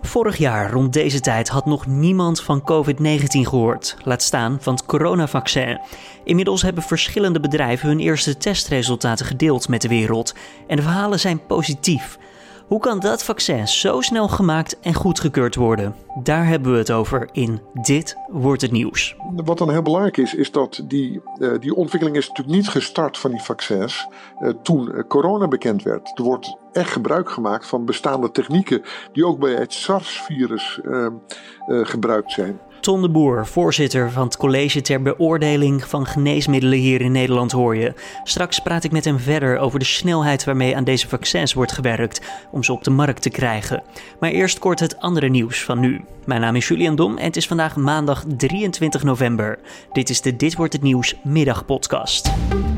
Vorig jaar rond deze tijd had nog niemand van COVID-19 gehoord, laat staan van het coronavaccin. Inmiddels hebben verschillende bedrijven hun eerste testresultaten gedeeld met de wereld en de verhalen zijn positief. Hoe kan dat vaccin zo snel gemaakt en goedgekeurd worden? Daar hebben we het over in Dit Wordt Het Nieuws. Wat dan heel belangrijk is dat die ontwikkeling is natuurlijk niet gestart van die vaccins toen corona bekend werd. Er wordt echt gebruik gemaakt van bestaande technieken die ook bij het SARS-virus gebruikt zijn. Ton de Boer, voorzitter van het College ter Beoordeling van Geneesmiddelen hier in Nederland hoor je. Straks praat ik met hem verder over de snelheid waarmee aan deze vaccins wordt gewerkt om ze op de markt te krijgen. Maar eerst kort het andere nieuws van nu. Mijn naam is Julian Dom en het is vandaag maandag 23 november. Dit is de Dit Wordt Het Nieuws middagpodcast.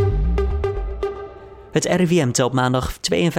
Het RIVM telt maandag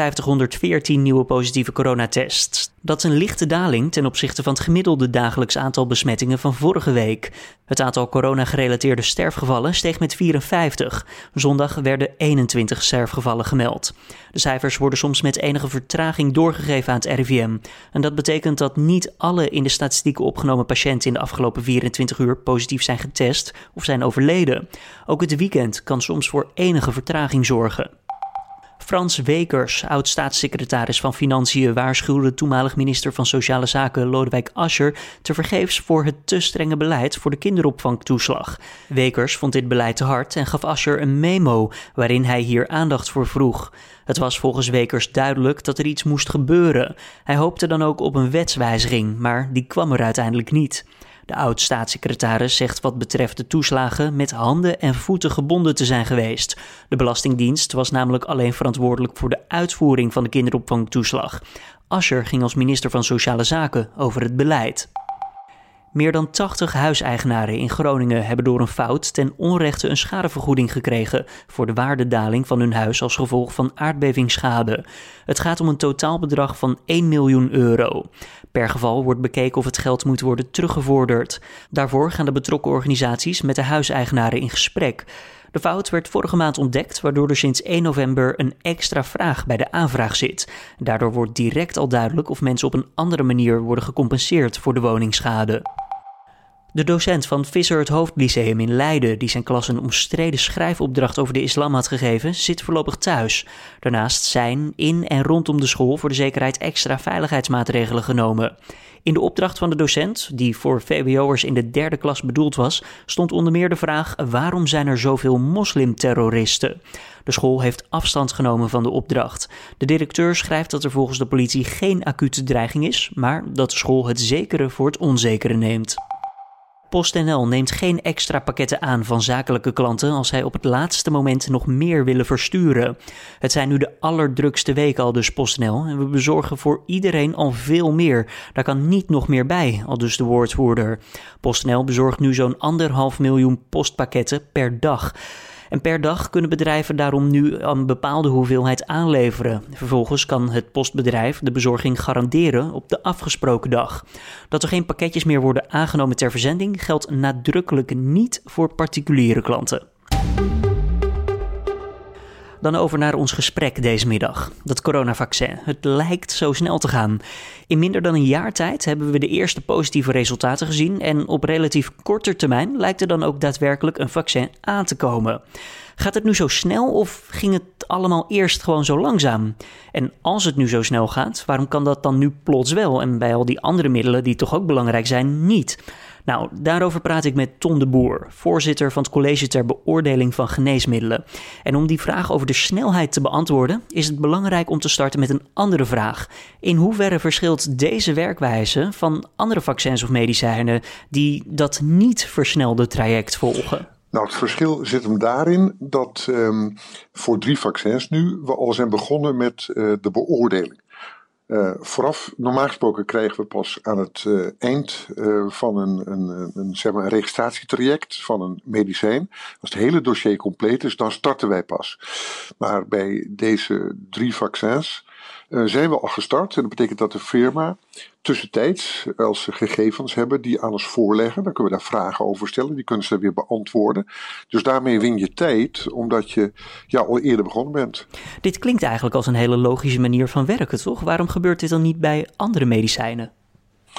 5214 nieuwe positieve coronatests. Dat is een lichte daling ten opzichte van het gemiddelde dagelijks aantal besmettingen van vorige week. Het aantal corona-gerelateerde sterfgevallen steeg met 54. Zondag werden 21 sterfgevallen gemeld. De cijfers worden soms met enige vertraging doorgegeven aan het RIVM. En dat betekent dat niet alle in de statistieken opgenomen patiënten in de afgelopen 24 uur positief zijn getest of zijn overleden. Ook het weekend kan soms voor enige vertraging zorgen. Frans Wekers, oud-staatssecretaris van Financiën, waarschuwde toenmalig minister van Sociale Zaken Lodewijk Asscher tevergeefs voor het te strenge beleid voor de kinderopvangtoeslag. Wekers vond dit beleid te hard en gaf Asscher een memo waarin hij hier aandacht voor vroeg. Het was volgens Wekers duidelijk dat er iets moest gebeuren. Hij hoopte dan ook op een wetswijziging, maar die kwam er uiteindelijk niet. De oud-staatssecretaris zegt wat betreft de toeslagen met handen en voeten gebonden te zijn geweest. De Belastingdienst was namelijk alleen verantwoordelijk voor de uitvoering van de kinderopvangtoeslag. Asscher ging als minister van Sociale Zaken over het beleid. Meer dan 80 huiseigenaren in Groningen hebben door een fout ten onrechte een schadevergoeding gekregen voor de waardedaling van hun huis als gevolg van aardbevingsschade. Het gaat om een totaalbedrag van 1 miljoen euro. Per geval wordt bekeken of het geld moet worden teruggevorderd. Daarvoor gaan de betrokken organisaties met de huiseigenaren in gesprek. De fout werd vorige maand ontdekt, waardoor er sinds 1 november een extra vraag bij de aanvraag zit. Daardoor wordt direct al duidelijk of mensen op een andere manier worden gecompenseerd voor de woningschade. De docent van Visser het Hoofdlyceum in Leiden, die zijn klas een omstreden schrijfopdracht over de islam had gegeven, zit voorlopig thuis. Daarnaast zijn in en rondom de school voor de zekerheid extra veiligheidsmaatregelen genomen. In de opdracht van de docent, die voor VWO'ers in de 3e klas bedoeld was, stond onder meer de vraag: waarom zijn er zoveel moslimterroristen? De school heeft afstand genomen van de opdracht. De directeur schrijft dat er volgens de politie geen acute dreiging is, maar dat de school het zekere voor het onzekere neemt. PostNL neemt geen extra pakketten aan van zakelijke klanten als zij op het laatste moment nog meer willen versturen. Het zijn nu de allerdrukste weken al dus PostNL en we bezorgen voor iedereen al veel meer. Daar kan niet nog meer bij, aldus de woordvoerder. PostNL bezorgt nu zo'n 1,5 miljoen postpakketten per dag. En per dag kunnen bedrijven daarom nu een bepaalde hoeveelheid aanleveren. Vervolgens kan het postbedrijf de bezorging garanderen op de afgesproken dag. Dat er geen pakketjes meer worden aangenomen ter verzending geldt nadrukkelijk niet voor particuliere klanten. Dan over naar ons gesprek deze middag. Dat coronavaccin. Het lijkt zo snel te gaan. In minder dan een jaar tijd hebben we de eerste positieve resultaten gezien en op relatief korte termijn lijkt er dan ook daadwerkelijk een vaccin aan te komen. Gaat het nu zo snel of ging het allemaal eerst gewoon zo langzaam? En als het nu zo snel gaat, waarom kan dat dan nu plots wel en bij al die andere middelen die toch ook belangrijk zijn niet? Nou, daarover praat ik met Ton de Boer, voorzitter van het College ter Beoordeling van Geneesmiddelen. En om die vraag over de snelheid te beantwoorden, is het belangrijk om te starten met een andere vraag. In hoeverre verschilt deze werkwijze van andere vaccins of medicijnen die dat niet versnelde traject volgen? Nou, het verschil zit hem daarin dat voor 3 vaccins nu we al zijn begonnen met de beoordeling. Vooraf, normaal gesproken krijgen we pas aan het eind van een registratietraject van een medicijn. Als het hele dossier compleet is, dan starten wij pas. Maar bij deze 3 vaccins zijn we al gestart. En dat betekent dat de firma tussentijds, als ze gegevens hebben die aan ons voorleggen, dan kunnen we daar vragen over stellen. Die kunnen ze weer beantwoorden. Dus daarmee win je tijd, omdat je al eerder begonnen bent. Dit klinkt eigenlijk als een hele logische manier van werken, toch? Waarom gebeurt dit dan niet bij andere medicijnen?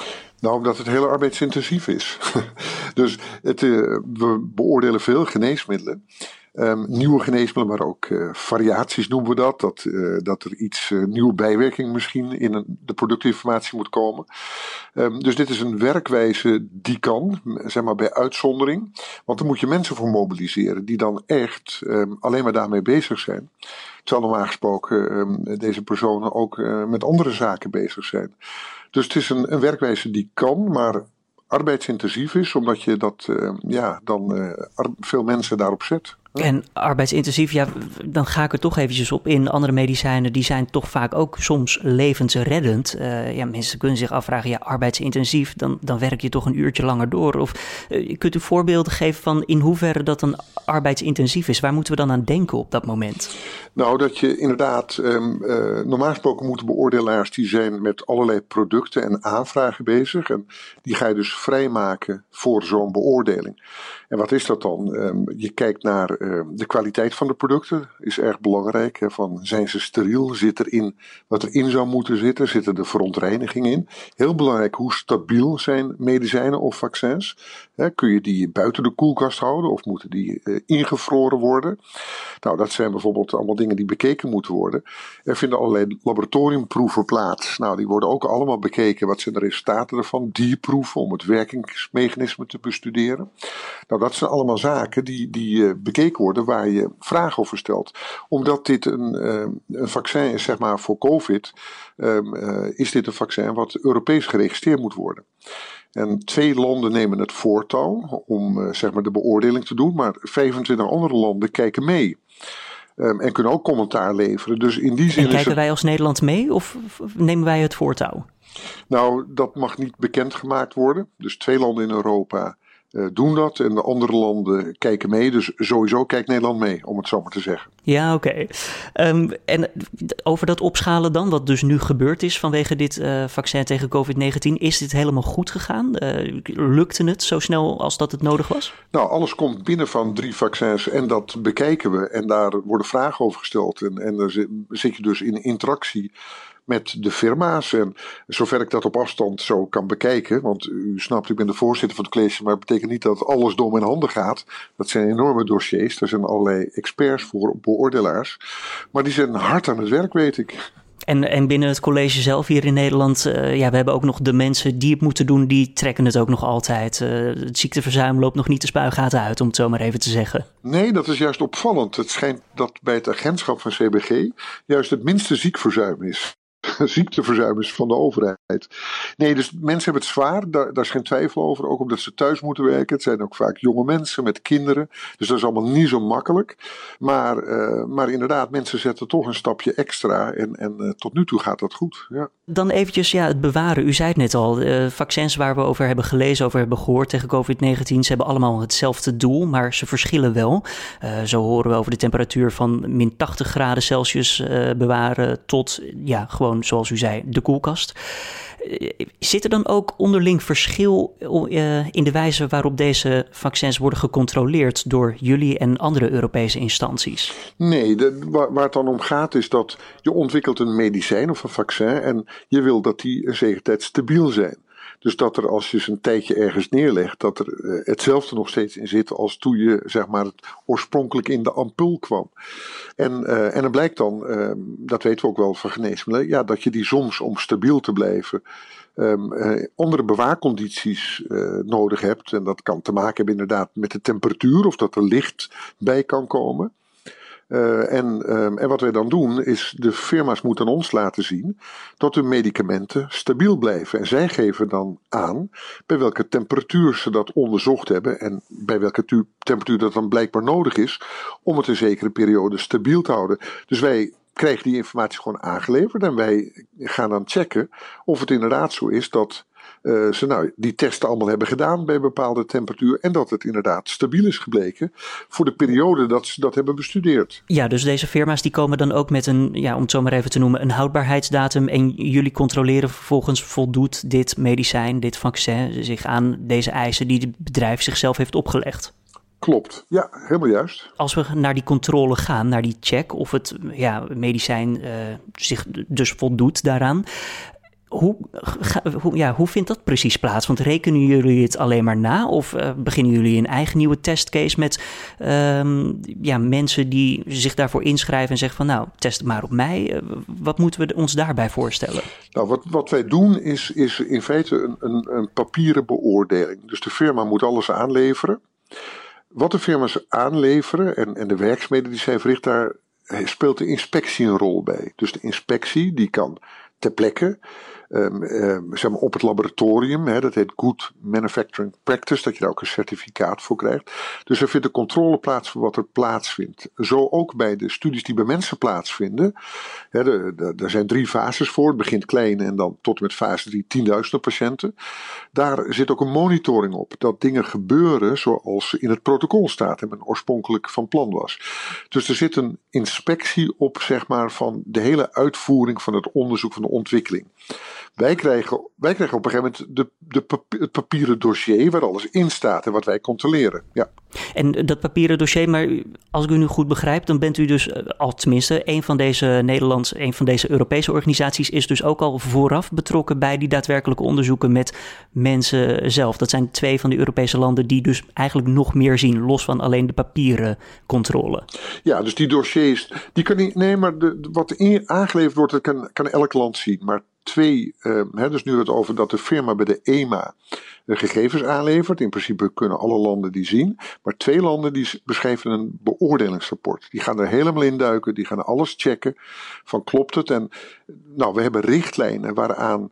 Nou, omdat het heel arbeidsintensief is. Dus we beoordelen veel geneesmiddelen. Nieuwe geneesmiddelen, maar ook variaties noemen we dat. Dat er iets nieuwe bijwerking misschien in de productinformatie moet komen. Dus dit is een werkwijze die kan, zeg maar bij uitzondering. Want dan moet je mensen voor mobiliseren die dan echt alleen maar daarmee bezig zijn. Terwijl normaal gesproken deze personen ook met andere zaken bezig zijn. Dus het is een werkwijze die kan, maar arbeidsintensief is, omdat je dat veel mensen daarop zet. En arbeidsintensief, ja, dan ga ik er toch eventjes op in. Andere medicijnen die zijn toch vaak ook soms levensreddend. Mensen kunnen zich afvragen, ja, arbeidsintensief, dan werk je toch een uurtje langer door. Of kunt u voorbeelden geven van in hoeverre dat een arbeidsintensief is? Waar moeten we dan aan denken op dat moment? Nou, dat je inderdaad, normaal gesproken moeten beoordelaars die zijn met allerlei producten en aanvragen bezig. En die ga je dus vrijmaken voor zo'n beoordeling. En wat is dat dan? Je kijkt naar de kwaliteit van de producten, is erg belangrijk. Zijn ze steriel? Zit erin wat erin zou moeten zitten? Zit er de verontreiniging in? Heel belangrijk, hoe stabiel zijn medicijnen of vaccins? Kun je die buiten de koelkast houden of moeten die ingevroren worden? Nou, dat zijn bijvoorbeeld allemaal dingen die bekeken moeten worden. Er vinden allerlei laboratoriumproeven plaats. Nou, die worden ook allemaal bekeken. Wat zijn de resultaten ervan? Dierproeven om het werkingsmechanisme te bestuderen. Nou, dat zijn allemaal zaken die bekeken worden waar je vragen over stelt. Omdat dit een vaccin is, zeg maar, voor COVID, is dit een vaccin wat Europees geregistreerd moet worden. En 2 landen nemen het voortouw om zeg maar de beoordeling te doen, maar 25 andere landen kijken mee. En kunnen ook commentaar leveren. Dus in die zin en kijken wij als Nederland mee of nemen wij het voortouw? Nou, dat mag niet bekendgemaakt worden. Dus 2 landen in Europa doen dat en de andere landen kijken mee. Dus sowieso kijkt Nederland mee, om het zo maar te zeggen. Ja, oké. En over dat opschalen dan, wat dus nu gebeurd is vanwege dit vaccin tegen COVID-19, is dit helemaal goed gegaan? Lukte het zo snel als dat het nodig was? Nou, alles komt binnen van 3 vaccins en dat bekijken we. En daar worden vragen over gesteld. En daar zit je dus in interactie met de firma's. En zover ik dat op afstand zo kan bekijken, want u snapt, ik ben de voorzitter van het college, maar het betekent niet dat alles door mijn handen gaat. Dat zijn enorme dossiers, er zijn allerlei experts voor beoordelaars. Maar die zijn hard aan het werk, weet ik. En binnen het college zelf hier in Nederland, we hebben ook nog de mensen die het moeten doen, die trekken het ook nog altijd. Het ziekteverzuim loopt nog niet de spuigaten uit, om het zo maar even te zeggen. Nee, dat is juist opvallend. Het schijnt dat bij het agentschap van CBG juist het minste ziekverzuim is. Ziekteverzuim is van de overheid. Nee, dus mensen hebben het zwaar, daar is geen twijfel over. Ook omdat ze thuis moeten werken. Het zijn ook vaak jonge mensen met kinderen. Dus dat is allemaal niet zo makkelijk. Maar inderdaad, mensen zetten toch een stapje extra. En tot nu toe gaat dat goed. Ja. Dan eventjes het bewaren. U zei het net al. Vaccins waar we over hebben gelezen, over hebben gehoord tegen COVID-19. Ze hebben allemaal hetzelfde doel, maar ze verschillen wel. Zo horen we over de temperatuur van min 80 graden Celsius bewaren tot gewoon, zoals u zei, de koelkast. Zit er dan ook onderling verschil in de wijze waarop deze vaccins worden gecontroleerd door jullie en andere Europese instanties? Nee, waar het dan om gaat is dat je ontwikkelt een medicijn of een vaccin en je wil dat die een zekere tijd stabiel zijn. Dus dat er, als je ze een tijdje ergens neerlegt, dat er hetzelfde nog steeds in zit als toen je, zeg maar, het oorspronkelijk in de ampul kwam. En dan blijkt dan, dat weten we ook wel van geneesmiddelen, dat je die soms, om stabiel te blijven, andere bewaarcondities nodig hebt. En dat kan te maken hebben inderdaad met de temperatuur, of dat er licht bij kan komen. En wat wij dan doen is, de firma's moeten aan ons laten zien dat hun medicamenten stabiel blijven. En zij geven dan aan bij welke temperatuur ze dat onderzocht hebben en bij welke temperatuur dat dan blijkbaar nodig is om het een zekere periode stabiel te houden. Dus wij krijgen die informatie gewoon aangeleverd en wij gaan dan checken of het inderdaad zo is dat ze die testen allemaal hebben gedaan bij een bepaalde temperatuur en dat het inderdaad stabiel is gebleken voor de periode dat ze dat hebben bestudeerd. Ja, dus deze firma's die komen dan ook met een, om het zo maar even te noemen, een houdbaarheidsdatum en jullie controleren vervolgens voldoet dit medicijn, dit vaccin zich aan deze eisen die het bedrijf zichzelf heeft opgelegd. Klopt, ja, helemaal juist. Als we naar die controle gaan, naar die check of het medicijn zich dus voldoet daaraan, Hoe vindt dat precies plaats? Want rekenen jullie het alleen maar na? Of beginnen jullie een eigen nieuwe testcase met mensen die zich daarvoor inschrijven en zeggen van nou, test het maar op mij. Wat moeten we ons daarbij voorstellen? Nou, wat wij doen is in feite een papieren beoordeling. Dus de firma moet alles aanleveren. Wat de firma's aanleveren en de werkzaamheden die zij verricht, daar speelt de inspectie een rol bij. Dus de inspectie die kan ter plekke, zeg maar op het laboratorium, dat heet Good Manufacturing Practice, dat je daar ook een certificaat voor krijgt. Dus er vindt een controle plaats voor wat er plaatsvindt. Zo ook bij de studies die bij mensen plaatsvinden. Er zijn 3 fases voor. Het begint klein en dan tot en met fase 3 10.000 patiënten. Daar zit ook een monitoring op. Dat dingen gebeuren zoals in het protocol staat en men oorspronkelijk van plan was. Dus er zit een inspectie op, zeg maar, van de hele uitvoering van het onderzoek, van de ontwikkeling. Wij krijgen op een gegeven moment het papieren dossier waar alles in staat en wat wij controleren. Ja. En dat papieren dossier, maar als ik u nu goed begrijp, dan bent u dus, tenminste, een van deze Europese organisaties is dus ook al vooraf betrokken bij die daadwerkelijke onderzoeken met mensen zelf. Dat zijn 2 van de Europese landen die dus eigenlijk nog meer zien, los van alleen de papieren controle. Ja, dus die dossiers, die kan niet, nee, maar wat aangeleverd wordt, dat kan elk land zien. Maar 2, dus nu het over dat de firma bij de EMA de gegevens aanlevert. In principe kunnen alle landen die zien. Maar 2 landen die beschrijven een beoordelingsrapport. Die gaan er helemaal in duiken. Die gaan alles checken. Van klopt het? En nou, we hebben richtlijnen waaraan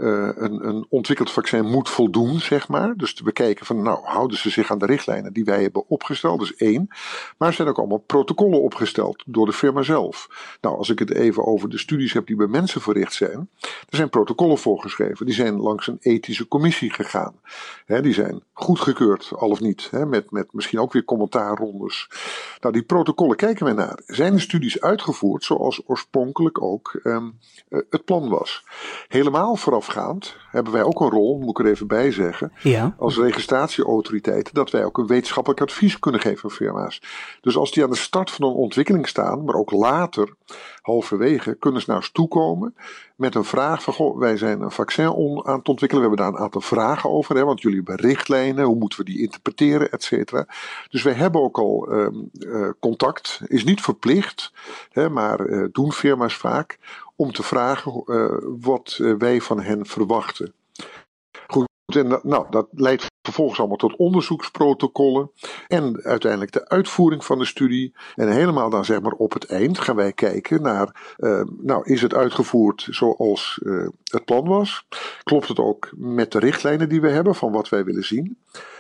een ontwikkeld vaccin moet voldoen, zeg maar. Dus te bekijken van, nou, houden ze zich aan de richtlijnen die wij hebben opgesteld? Dus 1. Maar er zijn ook allemaal protocollen opgesteld door de firma zelf. Nou, als ik het even over de studies heb die bij mensen verricht zijn. Er zijn protocollen voorgeschreven. Die zijn langs een ethische commissie gegaan. Die zijn goedgekeurd, al of niet. Met misschien ook weer commentaarrondes. Nou, die protocollen kijken we naar. Zijn de studies uitgevoerd zoals oorspronkelijk ook het plan was? Helemaal voorafgaand hebben wij ook een rol, moet ik er even bij zeggen, als registratieautoriteiten, dat wij ook een wetenschappelijk advies kunnen geven aan firma's. Dus als die aan de start van een ontwikkeling staan, maar ook later, halverwege, kunnen ze naar ons toekomen met een vraag van, goh, wij zijn een vaccin aan het ontwikkelen, we hebben daar een aantal vragen over, want jullie hebben richtlijnen, hoe moeten we die interpreteren, et cetera. Dus wij hebben ook al contact, is niet verplicht, maar doen firma's vaak, om te vragen wat wij van hen verwachten. Goed, en dat leidt vervolgens allemaal tot onderzoeksprotocollen en uiteindelijk de uitvoering van de studie. En helemaal dan zeg maar op het eind gaan wij kijken naar, is het uitgevoerd zoals het plan was? Klopt het ook met de richtlijnen die we hebben van wat wij willen zien?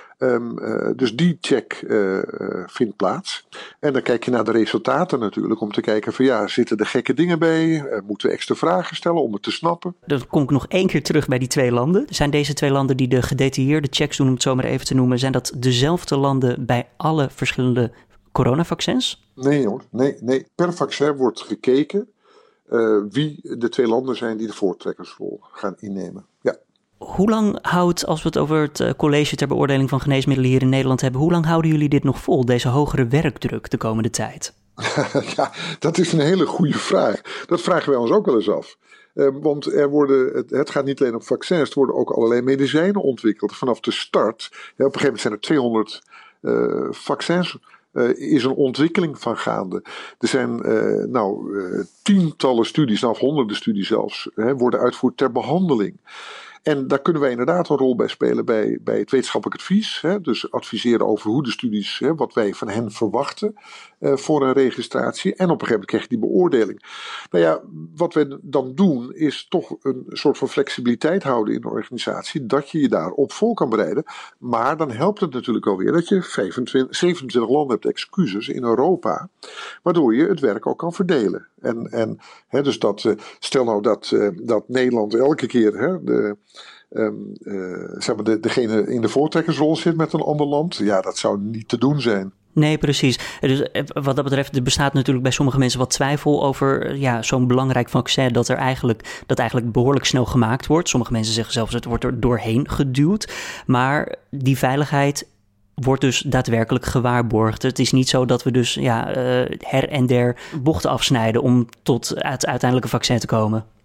Dus die check vindt plaats. En dan kijk je naar de resultaten natuurlijk. Om te kijken van zitten er gekke dingen bij? Moeten we extra vragen stellen om het te snappen? Dan kom ik nog 1 keer terug bij die 2 landen. Zijn deze 2 landen die de gedetailleerde checks doen, om het zo maar even te noemen, zijn dat dezelfde landen bij alle verschillende coronavaccins? Nee hoor, nee. Per vaccin wordt gekeken wie de 2 landen zijn die de voortrekkersrol gaan innemen. Ja. Hoe lang houdt, als we het over het college ter beoordeling van geneesmiddelen hier in Nederland hebben, hoe lang houden jullie dit nog vol, deze hogere werkdruk de komende tijd? Ja, dat is een hele goede vraag. Dat vragen wij ons ook wel eens af. Want het gaat niet alleen om vaccins, er worden ook allerlei medicijnen ontwikkeld. Vanaf de start, op een gegeven moment zijn er 200 vaccins, is een ontwikkeling van gaande. Er zijn tientallen studies, of honderden studies zelfs, worden uitgevoerd ter behandeling. En daar kunnen wij inderdaad een rol bij spelen bij het wetenschappelijk advies. Dus adviseren over hoe de studies, wat wij van hen verwachten voor een registratie. En op een gegeven moment krijg je die beoordeling. Nou ja, wat wij dan doen is toch een soort van flexibiliteit houden in de organisatie. Dat je je daarop voor kan bereiden. Maar dan helpt het natuurlijk alweer dat je 27 landen hebt, excuses, in Europa. Waardoor je het werk ook kan verdelen. Dus stel nou dat Nederland elke keer degene in de voortrekkersrol zit met een ander land. Ja, dat zou niet te doen zijn. Nee, precies. Dus wat dat betreft, er bestaat natuurlijk bij sommige mensen wat twijfel over zo'n belangrijk vaccin dat eigenlijk behoorlijk snel gemaakt wordt. Sommige mensen zeggen zelfs het wordt er doorheen geduwd. Maar die veiligheid wordt dus daadwerkelijk gewaarborgd. Het is niet zo dat we dus her en der bochten afsnijden om tot het uiteindelijke vaccin te komen.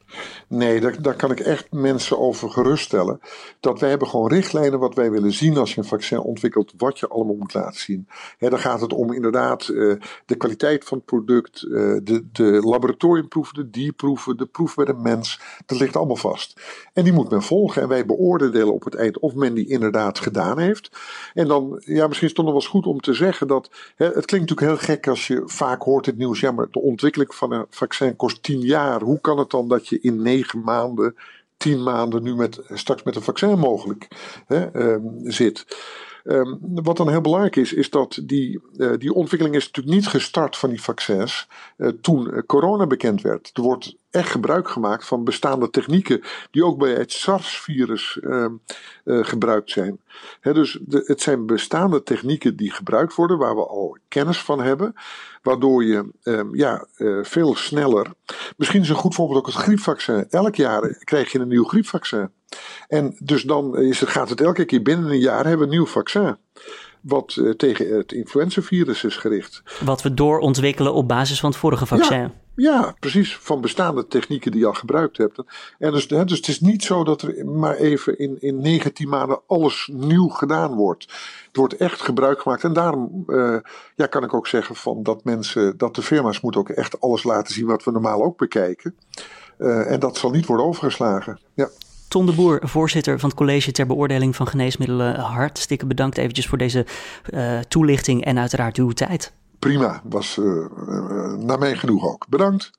Nee, daar kan ik echt mensen over geruststellen. Dat wij hebben gewoon richtlijnen wat wij willen zien als je een vaccin ontwikkelt, wat je allemaal moet laten zien. Dan gaat het om inderdaad de kwaliteit van het product, de laboratoriumproeven, de dierproeven, de proef bij de mens. Dat ligt allemaal vast. En die moet men volgen en wij beoordelen op het eind of men die inderdaad gedaan heeft. En dan, misschien is het toch nog wel eens goed om te zeggen dat, het klinkt natuurlijk heel gek als je vaak hoort in het nieuws, ja, maar de ontwikkeling van een vaccin kost 10 jaar. Hoe kan het dan dat je in 9 maanden, 10 maanden nu straks met een vaccin mogelijk zit? Wat dan heel belangrijk is dat die ontwikkeling is natuurlijk niet gestart van die vaccins toen corona bekend werd. Er wordt echt gebruik gemaakt van bestaande technieken die ook bij het SARS-virus gebruikt zijn. Dus het zijn bestaande technieken die gebruikt worden, waar we al kennis van hebben, waardoor je veel sneller. Misschien is een goed voorbeeld ook het griepvaccin. Elk jaar krijg je een nieuw griepvaccin. En dus dan gaat het elke keer binnen een jaar hebben we een nieuw vaccin. Wat tegen het influenzavirus is gericht. Wat we doorontwikkelen op basis van het vorige vaccin. Ja, precies. Van bestaande technieken die je al gebruikt hebt. En dus het is niet zo dat er maar even in 19 maanden alles nieuw gedaan wordt. Het wordt echt gebruik gemaakt. En daarom kan ik ook zeggen dat de firma's moeten ook echt alles laten zien wat we normaal ook bekijken. En dat zal niet worden overgeslagen. Ja. Ton de Boer, voorzitter van het College ter Beoordeling van Geneesmiddelen. Hartstikke bedankt eventjes voor deze toelichting en uiteraard uw tijd. Prima, was naar mij genoeg ook. Bedankt.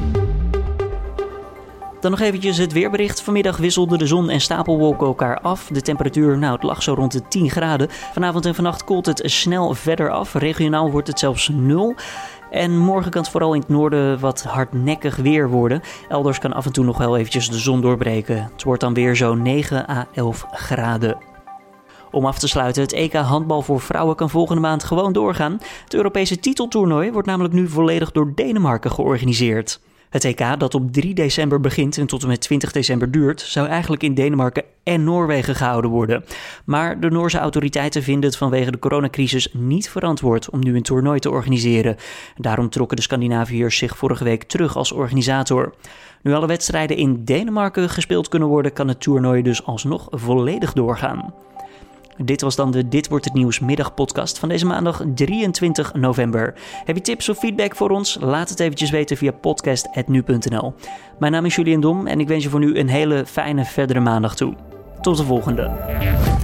Dan nog eventjes het weerbericht. Vanmiddag wisselden de zon en stapelwolken elkaar af. De temperatuur, het lag zo rond de 10 graden. Vanavond en vannacht koelt het snel verder af. Regionaal wordt het zelfs 0. En morgen kan het vooral in het noorden wat hardnekkig weer worden. Elders kan af en toe nog wel eventjes de zon doorbreken. Het wordt dan weer zo'n 9 à 11 graden. Om af te sluiten, het EK handbal voor vrouwen kan volgende maand gewoon doorgaan. Het Europese titeltoernooi wordt namelijk nu volledig door Denemarken georganiseerd. Het EK, dat op 3 december begint en tot en met 20 december duurt, zou eigenlijk in Denemarken en Noorwegen gehouden worden. Maar de Noorse autoriteiten vinden het vanwege de coronacrisis niet verantwoord om nu een toernooi te organiseren. Daarom trokken de Scandinaviërs zich vorige week terug als organisator. Nu alle wedstrijden in Denemarken gespeeld kunnen worden, kan het toernooi dus alsnog volledig doorgaan. Dit was dan de Dit Wordt Het Nieuws middagpodcast van deze maandag 23 november. Heb je tips of feedback voor ons? Laat het eventjes weten via podcast@nu.nl. Mijn naam is Julian Dom en ik wens je voor nu een hele fijne verdere maandag toe. Tot de volgende.